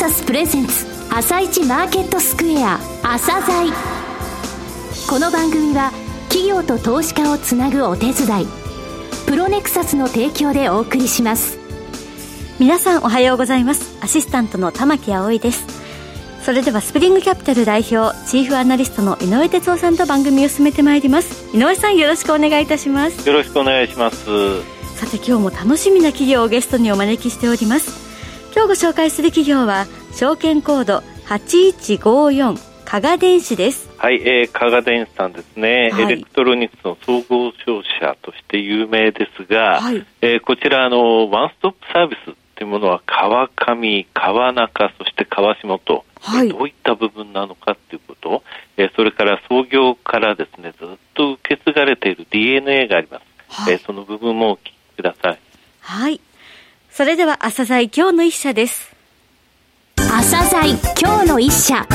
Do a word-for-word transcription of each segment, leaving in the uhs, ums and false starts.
サスプレゼンツ朝一マーケットスクエア朝鮮。この番組は企業と投資家をつなぐお手伝いプロネクサスの提供でお送りします。 皆さんおはようございます。アシスタントの玉木葵です。それではスプリングキャピタル代表チーフアナリストの井上哲夫さんと番組を進めてまいります。井上さん、よろしくお願いいたします。 よろしくお願いします。 さて、今日も楽しみな企業をゲストにお招きしております。今日ご紹介する企業は証券コードはちいちごよん加賀電子です。 はい、えー、加賀電子さんですね、はい、エレクトロニクスの総合商社として有名ですが、はい、えー、こちらあのワンストップサービスというものは川上、川中、そして川下と、はい、どういった部分なのかということ、えー、それから創業からですねずっと受け継がれている ディーエヌエー があります、はい、えー、その部分もお聞きください。 はい、それでは朝鮮今日の一社です。 朝鮮今日の一社。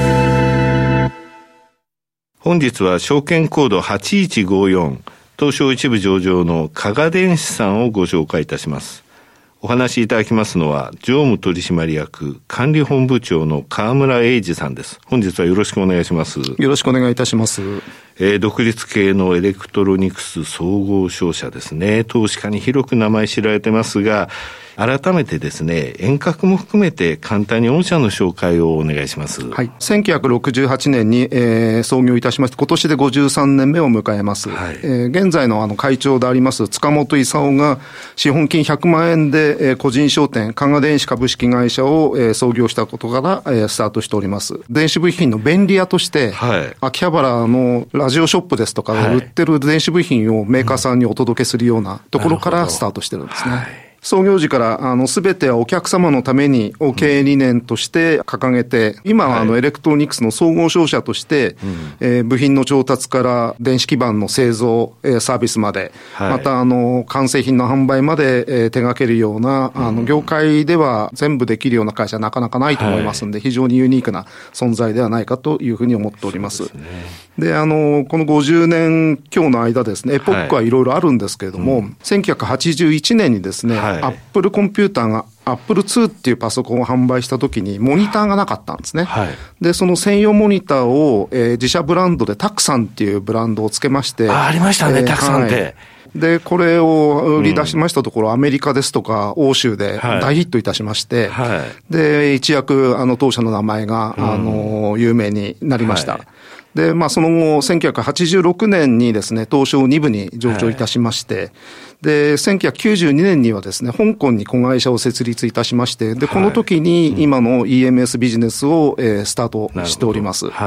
本日は証券コードはちいちごよん東証一部上場の加賀電子さんをご紹介いたします。お話しいただきますのは常務取締役管理本部長の川村英二さんです。本日はよろしくお願いします。 よろしくお願いいたします。 えー、独立系のエレクトロニクス総合商社ですね。投資家に広く名前知られてますが、改めてですね、遠隔も含めて簡単に御社の紹介をお願いします。 はい。せんきゅうひゃくろくじゅうはちねんに、えー、創業いたしまして、今年でごじゅうさんねんめを迎えます。はい、えー、現在のあの会長であります塚本勲が資本金ひゃくまんえんで、えー、個人商店加賀電子株式会社を、えー、創業したことから、えー、スタートしております。電子部品の便利屋として、はい、秋葉原のラジオショップですとか、はい、売ってる電子部品をメーカーさんにお届けするようなところからスタートしてるんですね。創業時からあの全てはお客様のためにを経営理念として掲げて、今はあのエレクトロニクスの総合商社として、えー、部品の調達から電子基板の製造、えー、サービスまで、またあの完成品の販売まで、えー、手掛けるようなあの業界では全部できるような会社はなかなかないと思いますので、非常にユニークな存在ではないかというふうに思っております。そうですね。で、あのこのごじゅうねん強の間ですね、エポックはいろいろあるんですけれども、はい、うん、せんきゅうひゃくはちじゅういちねんにですね、はい、アップルコンピューターがアップルツーっていうパソコンを販売したときにモニターがなかったんですね。はい、で、その専用モニターを、えー、自社ブランドでタクサンっていうブランドをつけまして。 あ、ありましたね、えー、タクサンって。はい、 で、これを売り出しましたところ、うん、アメリカですとか欧州で大ヒットいたしまして、はいはい、で、一躍あの当社の名前が、うん、あの有名になりました。はい、で、まあ、その後、せんきゅうひゃくはちじゅうろくねんにですね、東証に部に上場いたしまして、はい、で、せんきゅうひゃくきゅうじゅうにねんにはですね、香港に子会社を設立いたしまして、で、この時に今の イーエムエス ビジネスを、えー、スタートしております。はい、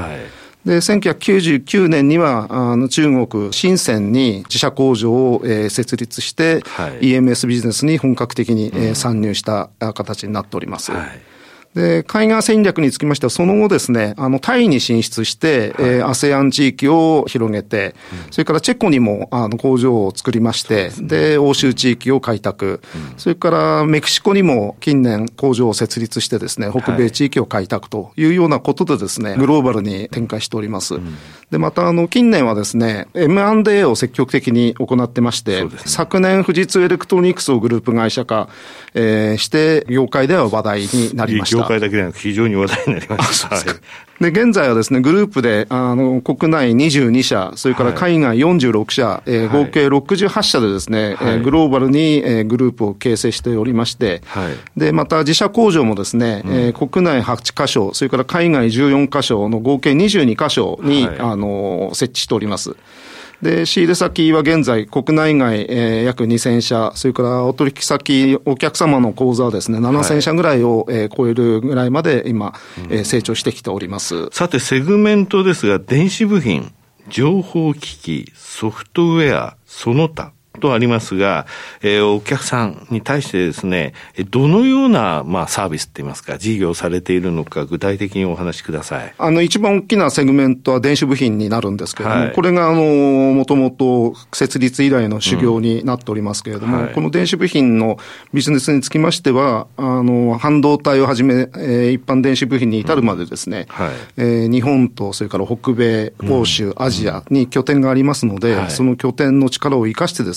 で、せんきゅうひゃくきゅうじゅうきゅうねんには、あの、中国、深センに自社工場を、えー、設立して、はい、イーエムエス ビジネスに本格的に、えー、参入した形になっております。はい、で、海外戦略につきましては、その後ですね、あの、タイに進出して、はい、えー、アセアン 地域を広げて、うん、それからチェコにも、あの、工場を作りまして、で, ね、で、欧州地域を開拓、うん、それからメキシコにも近年工場を設立してですね、北米地域を開拓というようなことでですね、はい、グローバルに展開しております。うん、で、また、あの、近年はですね、エムアンドエー を積極的に行ってまして、ね、昨年、富士通エレクトロニクスをグループ会社化、えー、して、業界では話題になりました。 業界だけでなく非常に話題になりました。 で、現在はですね、グループで、あの、国内にじゅうにしゃ、それから海外よんじゅうろくしゃ、はい、えー、合計ろくじゅうはっしゃでですね、はい、えー、グローバルに、えー、グループを形成しておりまして、はい、で、また自社工場もですね、うん、えー、国内はちかしょ、それから海外じゅうよんかしょの合計にじゅうにかしょに、はい、あの、設置しております。で、仕入れ先は現在、国内外、えー、約にせんしゃ、それからお取引先、お客様の口座はですね、ななせんしゃぐらいを、はい、えー、超えるぐらいまで今、うん、えー、成長してきております。 さて、セグメントですが、電子部品、情報機器、ソフトウェア、その他とありますが、えー、お客さんに対してですね、どのような、まあ、サービスって言いますか、事業をされているのか、具体的にお話しください。 あの、一番大きなセグメントは電子部品になるんですけれども、はい、これが、あの、もともと設立以来の修行になっておりますけれども、うん、はい、この電子部品のビジネスにつきましては、あの、半導体をはじめ、えー、一般電子部品に至るまでですね、うん、はい、えー、日本と、それから北米、欧州、うん、アジアに拠点がありますので、はい、その拠点の力を生かしてですね、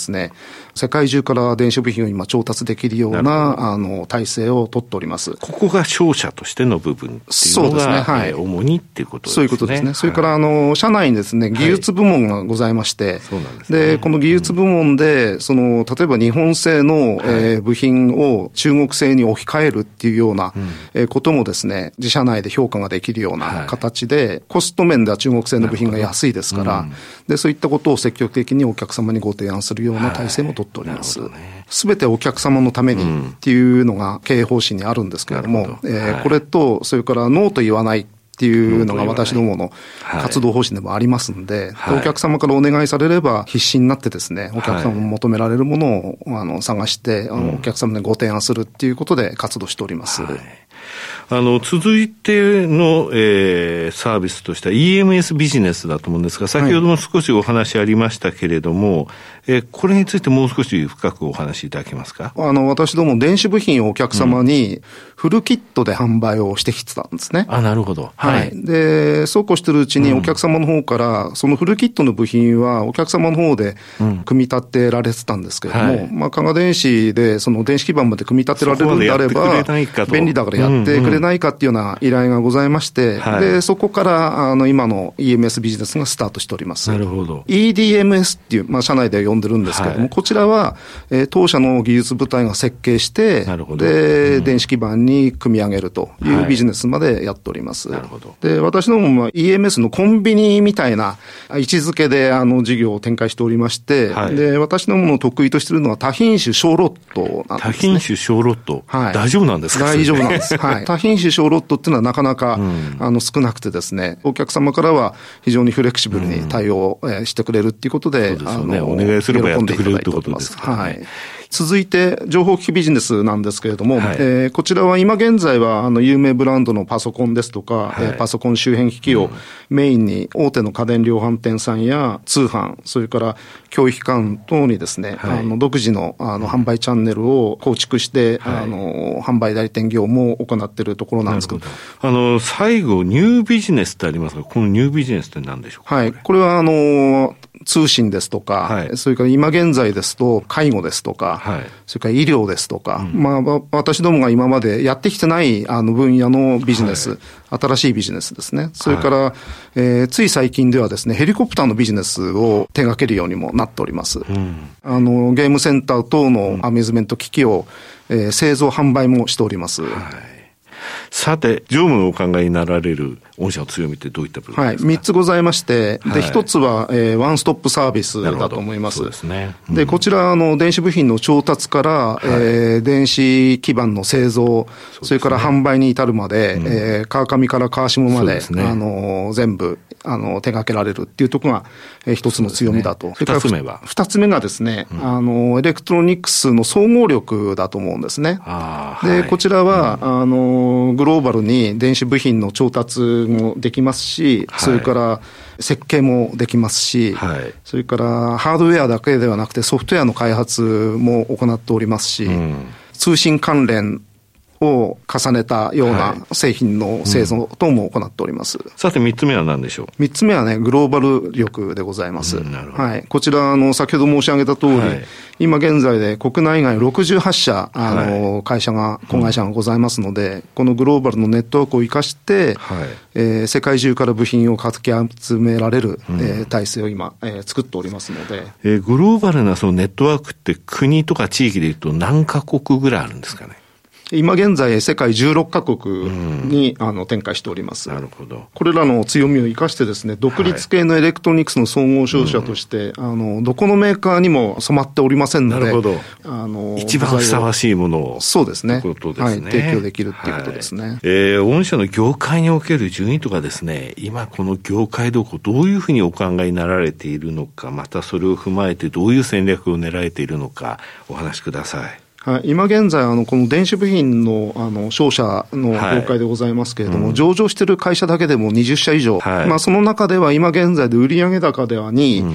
ですね、世界中から電子部品を今調達できるような、あの、体制を取っております。 ここが商社としての部分っていうのが、そうですね、はい。主にっていうことですね。 そういうことですね。それから、あの、社内にですね、技術部門がございまして、はい、そうなんですね。で、この技術部門で、その、例えば日本製の、はい、えー、部品を中国製に置き換えるっていうような、うん、えー、こともですね、自社内で評価ができるような形で、はい、コスト面では中国製の部品が安いですから、うん、で、そういったことを積極的にお客様にご提案するような体制も取っております。すべ、はい、てお客様のためにっていうのが経営方針にあるんですけれども、どえーはい、これと、それからノーと言わないっていうのが私どもの活動方針でもありますんで、はい、お客様からお願いされれば必死になってですね、お客様の求められるものをあの探して、あのお客様にご提案するっていうことで活動しております。はい、 あの、続いての、えー、サービスとしては イーエムエス ビジネスだと思うんですが、先ほども少しお話ありましたけれども、はい、えー、これについてもう少し深くお話しいただけますか。 あの、私ども電子部品をお客様にフルキットで販売をしてきてたんですね。 うん、あ、なるほど。 はい。はい、で、そうこうしてるうちにお客様の方から、そのフルキットの部品はお客様の方で組み立てられてたんですけれども、うんはい、まあ、加賀電子でその電子基板まで組み立てられるんであれば、便利だからやってくれないかっていうような依頼がございまして、うんうん、で、そこから、あの、今の イーエムエス ビジネスがスタートしております。 なるほど。 イーディーエムエス っていう、まあ、社内では呼んでるんですけれども、はい、こちらは、えー、当社の技術部隊が設計して、なるほど。で、うん、電子基板に組み上げるというビジネスまでやっております。はい、なるほど。で、私どもは イーエムエス のコンビニみたいな位置づけであの事業を展開しておりまして、はい、で、私どもの得意としているのは多品種小ロットなんですね。 多品種小ロット、はい、大丈夫なんですか？ 大丈夫なんです。はい。多品種小ロットっていうのはなかなか、うん、あの少なくてですね、お客様からは非常にフレキシブルに対応してくれるっていうことで、 うん、そうですよね。お願いすればやってくれるってことですからね。はい。 続いて情報機器ビジネスなんですけれども、はい、えー、こちらは今現在はあの有名ブランドのパソコンですとか、はい、えー、パソコン周辺機器をメインに大手の家電量販店さんや通販、それから教育機関等にですね、はい、あの独自のあの販売チャンネルを構築して、はい、あの販売代理店業務を行っているところなんですけど、 あの最後ニュービジネスってありますが、このニュービジネスって何でしょうか？ はい、これはあの通信ですとか、はい、それから今現在ですと介護ですとか、はい、それから医療ですとか、うん、まあ私どもが今までやってきてないあの分野のビジネス、はい、新しいビジネスですね。それから、はい、えー、つい最近ではですね、ヘリコプターのビジネスを手掛けるようにもなっております。うん、あのゲームセンター等のアミューズメント機器を、えー、製造販売もしております。はい、 さて、常務のお考えになられる御社の強みってどういった部分ですか？はい、 みっつございまして、で、ひとつは、えー、ワンストップサービスだと思います。 そうですね。うん、 で、こちら、あの、電子部品の調達から、はい、えー、電子基板の製造、そ, それから販売に至るまで、うん、えー、川上から川下まで、ね、あの、全部、あの、手掛けられるっていうところが、えー、一つの強みだと。 それから二つ目は二つ目がですね、うん、あの、エレクトロニクスの総合力だと思うんですね。あ、で、はい、こちらは、うん、あの、グローバルに電子部品の調達もできますし、はい、それから設計もできますし、はい、それからハードウェアだけではなくてソフトウェアの開発も行っておりますし、うん、通信関連を重ねたような製品の製造等も行っております。 はい、うん、さて三つ目は何でしょう？ 三つ目はね、グローバル力でございます。うん、なるほど。はい。こちら、あの、先ほど申し上げた通り、はい、今現在で国内外ろくじゅうはちしゃ、あの、はい、会社が、子会社がございますので、うん、このグローバルのネットワークを生かして、はい、えー、世界中から部品をかき集められる、うん、えー、体制を今、えー、作っておりますので。 えー、グローバルなそのネットワークって国とか地域でいうと何カ国ぐらいあるんですかね？ 今現在世界じゅうろっかこくに、うん、あの展開しております。 なるほど。 これらの強みを生かしてですね、独立系のエレクトロニクスの総合商社として、はい、あのどこのメーカーにも染まっておりませんので、 なるほど。 あの一番ふさわしいものを、 そうですね。 ということですね。 はい、提供できるっていうことですね。はい、 えー、御社の業界における順位とかですね、今この業界動向どういうふうにお考えになられているのか、またそれを踏まえてどういう戦略を練られているのかお話しください。 はい、今現在あのこの電子部品のあの商社の業界でございますけれども、はい、うん、上場している会社だけでもにじゅっしゃ以上、はい、まあその中では今現在で売上高ではにい、うん、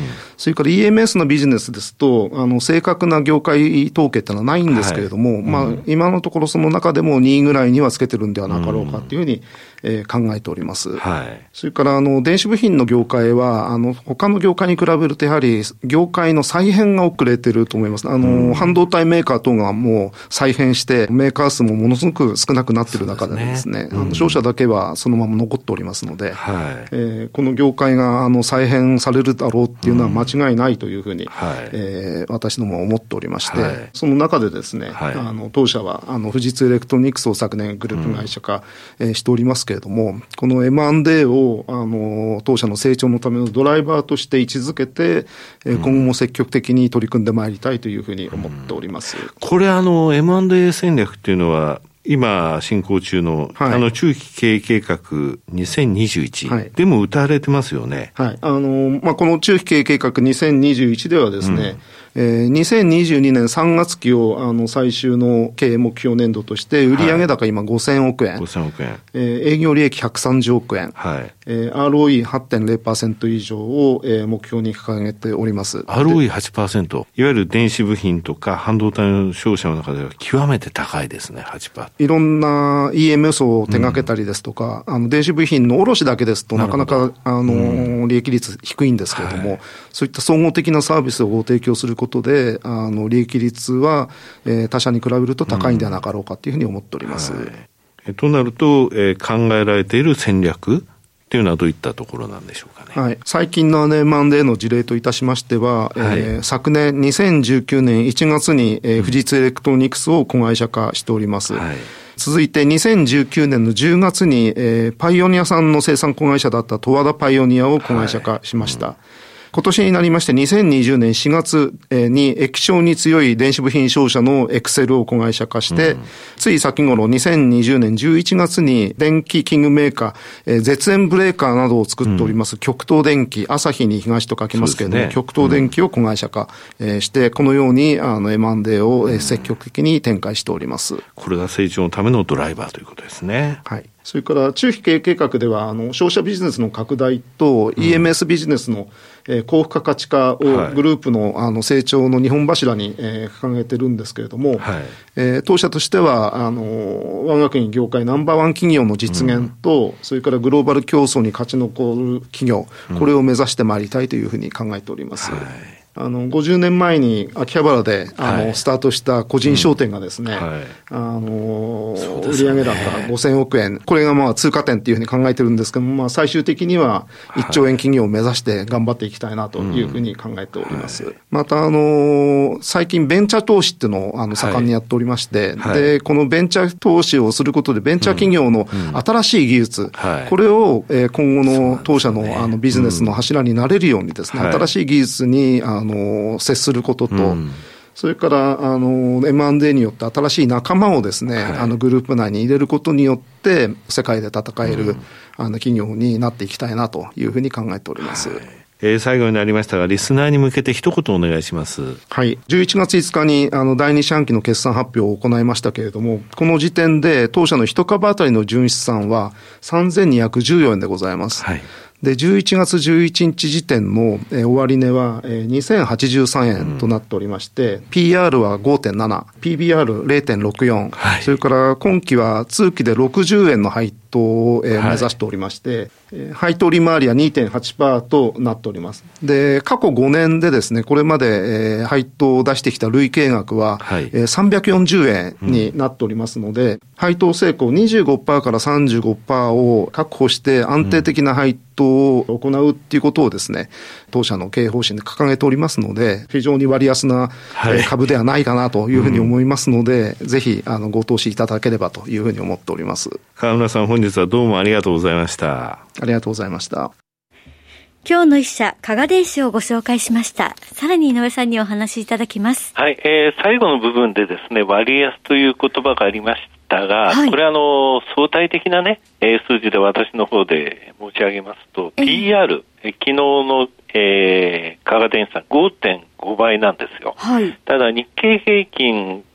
それから イーエムエス のビジネスですと、あの、正確な業界統計ってのはないんですけれども、はい、まあ、うん、今のところその中でもにいぐらいにはつけてるんではなかろうかというふうに、うんえー、考えております。はい。それから、あの、電子部品の業界は、あの、他の業界に比べると、やはり、業界の再編が遅れてると思います。あの、うん、半導体メーカー等がもう再編して、メーカー数もものすごく少なくなっている中でですね、すね、うん、あの商社だけはそのまま残っておりますので、はいえー、この業界が、あの、再編されるだろうっていうのは間違いないというふうに、うんはいえー、私どもは思っておりまして、はい、その中でですね、はい、あの、当社は、あの、富士通エレクトロニクスを昨年グループ会社化、うんえー、しておりますけれども、この エムアンドエー を、あの、当社の成長のためのドライバーとして位置づけて、えー、今後も積極的に取り組んでまいりたいというふうに思っております。うん、 これ、あの、エムアンドエー 戦略っていうのは、今進行中の、はい、あの中期経営計画にせんにじゅういち、はい、でも謳われてますよね。 はい。あの、まあ、この中期経営計画にせんにじゅういちではですね、うん、えー、にせんにじゅうにねんさんがつ期をあの最終の経営目標年度として売上高今ごせんおくえん、 ごせんおくえん、 えー、営業利益ひゃくさんじゅうおくえん、はいえー、アールオーイーはちてんゼロパーセント 以上を、えー、目標に掲げております。 アールオーイーはちパーセント、いわゆる電子部品とか半導体の商社の中では極めて高いですね、はちパーセント。 いろんなイーエムエス を手掛けたりですとか、うん、あの電子部品の卸だけですとなかなかあの、うん、利益率低いんですけれども、はい、そういった総合的なサービスをご提供することであの利益率は、えー、他社に比べると高いんではなかろうかというふうに思っております。うんはいえとなると、えー、考えられている戦略っていうのはどういったところなんでしょうかね。 はい、最近の エムアンドエー の事例といたしましては、はいえー、昨年にせんじゅうきゅうねんいちがつに、えー、富士通エレクトロニクスを子会社化しております。はい続いてにせんじゅうきゅうねんのじゅうがつに、えー、パイオニアさんの生産子会社だった十和田パイオニアを子会社化しました。はいうん今年になりましてにせんにじゅうねんしがつに液晶に強い電子部品商社のエクセルを子会社化して、うん、つい先頃にせんにじゅうねんじゅういちがつに電気器具メーカー、えー、絶縁ブレーカーなどを作っております、うん、極東電機、朝日に東と書きますけれども、ね、極東電機を子会社化、うんえー、して、このようにあの エムアンドエー を、えー、積極的に展開しております。 これが成長のためのドライバーということですね。 はい。それから中期経営計画ではあの商社ビジネスの拡大と イーエムエス ビジネスの、うんえー、高付加価値化をグループの、あの成長の二本柱に、えー、掲げてるんですけれども、はいえー、当社としてはあの我が国業界ナンバーワン企業の実現と、うん、それからグローバル競争に勝ち残る企業、うん、これを目指してまいりたいというふうに考えております。はいあの、ごじゅうねんまえに秋葉原で、あの、はい、スタートした個人商店がですね、うんはい、あの、売上高ごせんおくえん、これがまあ通過点っていうふうに考えてるんですけども、まあ最終的にはいっちょうえん企業を目指して頑張っていきたいなというふうに考えております。うんはい、また、あの、最近ベンチャー投資っていうのをあの盛んにやっておりまして、はい、で、このベンチャー投資をすることでベンチャー企業の新しい技術、うんうんはい、これを、えー、今後の当社の、ね、あのビジネスの柱になれるようにですね、うん、新しい技術に、ああの接することと、うん、それからあの エムアンドエー によって新しい仲間をですね、はい、あのグループ内に入れることによって世界で戦える、うん、あの企業になっていきたいなというふうに考えております。はいえー、最後になりましたがリスナーに向けて一言お願いします。 はい、じゅういちがついつかにあのだいに四半期の決算発表を行いましたけれども、この時点で当社の一株当たりの純資産はさんぜんにひゃくじゅうよえんでございます。はいで、じゅういちがつじゅういちにち時点の、えー、終値は、えー、にせんはちじゅうさんえんとなっておりまして、うん、ピーアール は ごてんなな、ピービーアールゼロてんろくよん、はい、それから今期は通期でろくじゅうえんの配当を、えーはい、目指しておりまして、えー、配当利回りは にてんはちパーセント となっております。で、過去ごねんでですね、これまで、えー、配当を出してきた累計額は、はいえー、さんびゃくよんじゅうえんになっておりますので、うん、配当成功 にじゅうごパーセント から さんじゅうごパーセント を確保して安定的な配当を行うっていうことをですね、当社の経営方針で掲げておりますので、非常に割安な、はい、株ではないかなというふうに思いますので、うん、ぜひあのご投資いただければというふうに思っております。 川村さん、本日はどうもありがとうございました。 ありがとうございました。 今日の一社、加賀電子をご紹介しました。さらに井上さんにお話しいただきます。 はい、えー、最後の部分でですね、割安という言葉がありましたが、はい、これはあの相対的なね、えー、数字で私の方で申し上げますと、えー、ピーアール、えー、昨日の、えー、加賀電子さん ごてんごばいなんですよ。はい、ただ日経平均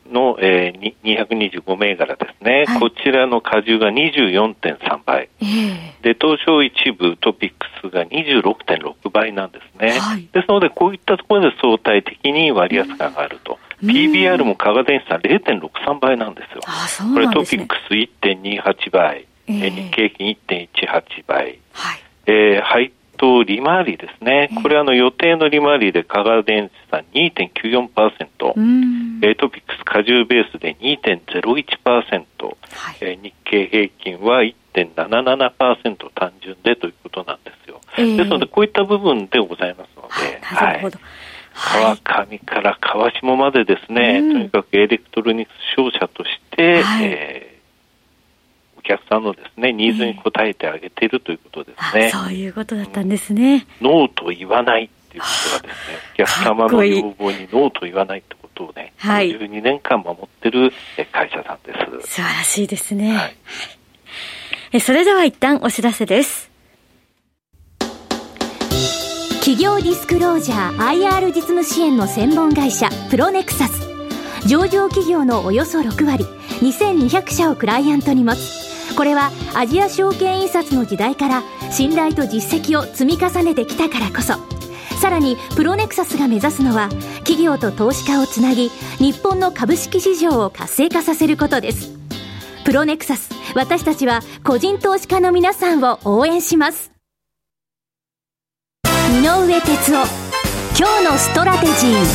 の、えー、にひゃくにじゅうご銘柄ですね、はい、こちらの荷重が にじゅうよんてんさんばい、えー、で東証一部トピックスが にじゅうろくてんろくばいなんですね、はい、ですのでこういったところで相対的に割安感があると、うん、ピービーアール も加賀電子さん れいてんろくさんばいなんですよ。 あ、そうなんですね。 これトピックス いってんにはちばい、えー、日経平均 いってんいちはちばい、はい、えー、配当利回りですね、これはあの予定の利回りで加賀電子さん にてんきゅうよんパーセント、えー、トピックス荷重ベースで にてんぜろいちパーセント、はい、えー、日経平均は いってんななななパーセント 単純でということなんですよ、えー、ですのでこういった部分でございますので、 はい、なるほど、 はい、川上から川下までですね、とにかくエレクトロニクス商社として、はい、えーお客さんのですねニーズに応えてあげているということですね、 えー、そういうことだったんですね、 うん、ノーと言わないっていうことがですね、お客様の要望にノーと言わないってことをね、はい、じゅうにねんかん守ってる会社さんです。 素晴らしいですね、はい、えそれでは一旦お知らせです。 企業ディスクロージャー アイアール 実務支援の専門会社プロネクサス、上場企業のおよそろくわりにせんにひゃくしゃをクライアントに持つ。これはアジア証券印刷の時代から信頼と実績を積み重ねてきたからこそ、さらにプロネクサスが目指すのは企業と投資家をつなぎ日本の株式市場を活性化させることです。プロネクサス、私たちは個人投資家の皆さんを応援します。井上哲夫、今日のストラテジ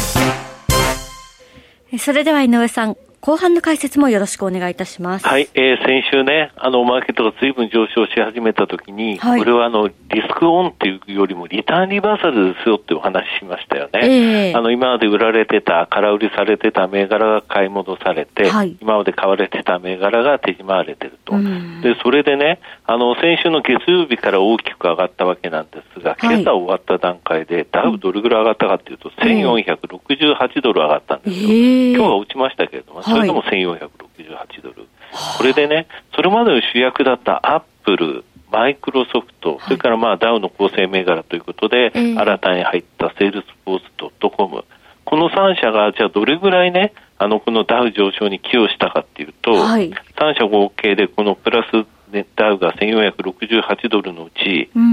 ー。それでは井上さん、後半の解説もよろしくお願いいたします。 はい、えー、先週ね、あのマーケットが随分上昇し始めたときに、はい、これはあのリスクオンっていうよりもリターンリバーサルですよってお話ししましたよね、えー、あの今まで売られてた空売りされてた銘柄が買い戻されて、はい、今まで買われてた銘柄が手締まわれてると、うん、でそれでね、あの先週の月曜日から大きく上がったわけなんですが、今朝終わった段階でダウどれぐらい上がったかというと、うん、せんよんひゃくろくじゅうはちドル上がったんですよ、えー、今日は落ちましたけれども、それでもせんよんひゃくろくじゅうはちドル、はい、これでね、それまでの主役だったアップル、マイクロソフト、はい、それからまあダウの構成銘柄ということで、えー、新たに入ったセールスフォース .com、 このさん社がじゃあどれぐらいね、あのこのダウ上昇に寄与したかっていうと、はい、さん社合計でこのプラス、ね、ダウがせんよんひゃくろくじゅうはちドルのうち、うん、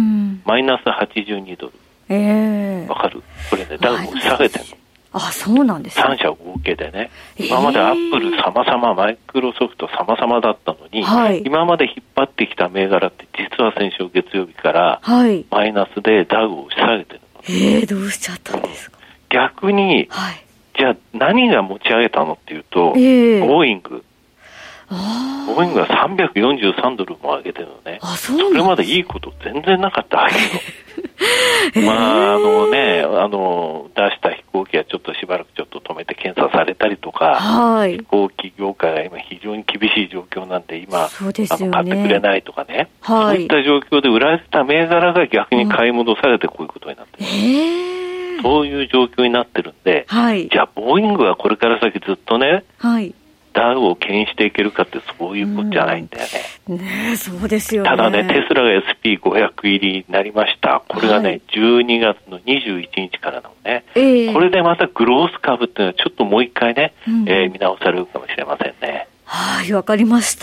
マイナスはちじゅうにドル、えー、わかる？これね、ダウを下げてるの。 あ、そうなんですね。 さん社合計でね、今までアップル様々、マイクロソフト様々だったのに、はい、今まで引っ張ってきた銘柄って実は先週月曜日からマイナスでダウを押し下げてるの。 えー、どうしちゃったんですか。 逆に、はい、じゃあ何が持ち上げたのっていうと、えー、ボーイング。ボーイングがさんびゃくよんじゅうさんドルも上げてるのね。あ、そうなんです。それまでいいこと全然なかったわけよ。えー、まあ、あのね、あの、出した飛行機はちょっとしばらくちょっと止めて検査されたりとか、はい、飛行機業界が今非常に厳しい状況なんで、今、そうですよね、あの買ってくれないとかね、はい、そういった状況で売られてた銘柄が逆に買い戻されてこういうことになってる。えー、そういう状況になってるんで、はい、じゃあ、ボーイングはこれから先ずっとね、はい、ダウを牽引していけるかってそういうことじゃないんだよね。 うん、ね、そうですよね。 ただね、テスラが エスピーごひゃく 入りになりました。これがね、はい、じゅうにがつのにじゅういちにちからなのね、えー。これでまたグロース株っていうのはちょっともう一回ね、うんえー、見直されるかもしれませんね。 はい、わかりました。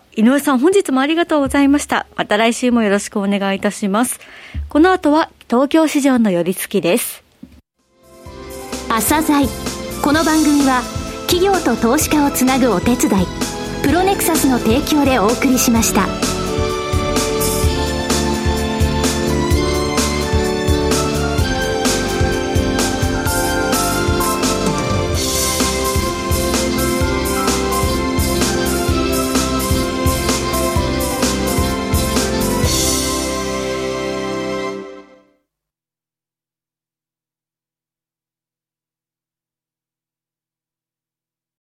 井上さん、本日もありがとうございました。また来週もよろしくお願いいたします。この後は東京市場の寄り付きです。 朝鮮。この番組は企業と投資家をつなぐお手伝い、プロネクサスの提供でお送りしました。